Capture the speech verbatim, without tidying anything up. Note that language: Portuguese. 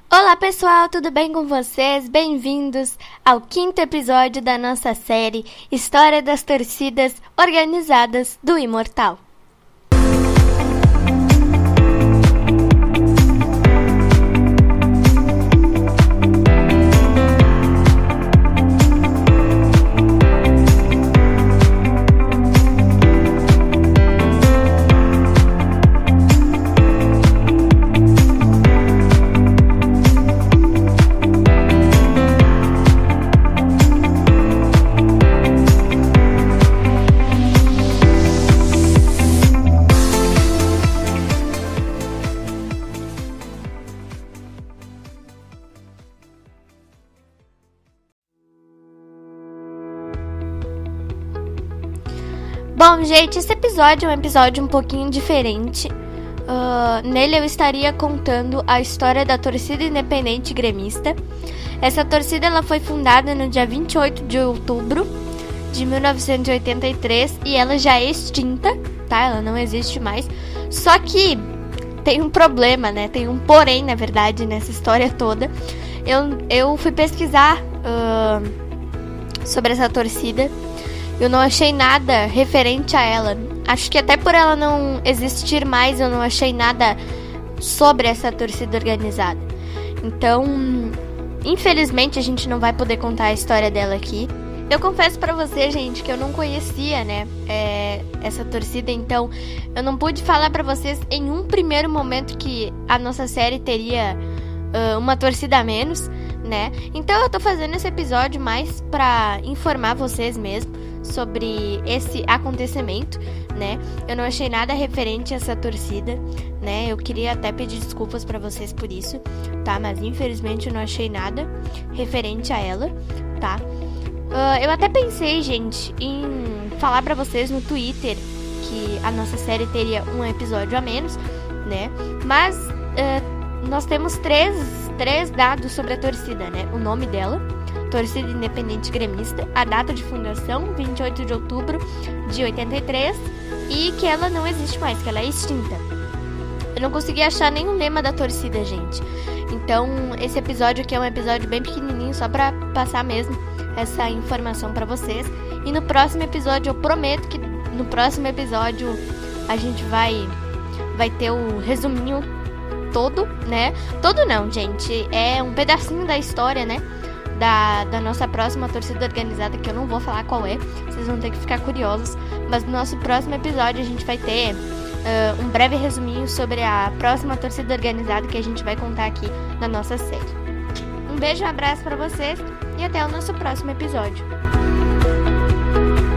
Olá pessoal, tudo bem com vocês? Bem-vindos ao quinto episódio da nossa série História das Torcidas Organizadas do Imortal. Bom, gente, esse episódio é um episódio um pouquinho diferente. Uh, nele eu estaria contando a história da torcida independente gremista. Essa torcida ela foi fundada no dia vinte e oito de outubro de mil novecentos e oitenta e três e ela já é extinta, tá? Ela não existe mais. Só que tem um problema, né? Tem um porém, na verdade, nessa história toda. Eu, eu fui pesquisar uh, sobre essa torcida. Eu não achei nada referente a ela. Acho que até por ela não existir mais, eu não achei nada sobre essa torcida organizada. Então, infelizmente, a gente não vai poder contar a história dela aqui. Eu confesso pra você, gente, que eu não conhecia, né, é, essa torcida. Então, eu não pude falar pra vocês em um primeiro momento que a nossa série teria uh, uma torcida a menos, né. Então, eu tô fazendo esse episódio mais pra informar vocês mesmo sobre esse acontecimento, né? Eu não achei nada referente a essa torcida, né? Eu queria até pedir desculpas pra vocês por isso, tá? Mas infelizmente eu não achei nada referente a ela, tá? Uh, eu até pensei, gente, em falar pra vocês no Twitter que a nossa série teria um episódio a menos, né? Mas uh, nós temos três, três dados sobre a torcida, né? O nome dela, Torcida Independente Gremista, a data de fundação, vinte e oito de outubro de oitenta e três, e que ela não existe mais, que ela é extinta. Eu não consegui achar nenhum lema da torcida, gente. Então, esse episódio aqui é um episódio bem pequenininho, só pra passar mesmo essa informação pra vocês. E no próximo episódio, eu prometo que no próximo episódio a gente vai, vai ter o resuminho todo, né? Todo não, gente, é um pedacinho da história, né? Da, da nossa próxima torcida organizada, que eu não vou falar qual é, vocês vão ter que ficar curiosos, mas no nosso próximo episódio a gente vai ter uh, um breve resuminho sobre a próxima torcida organizada que a gente vai contar aqui na nossa série. Um beijo, um abraço pra vocês e até o nosso próximo episódio.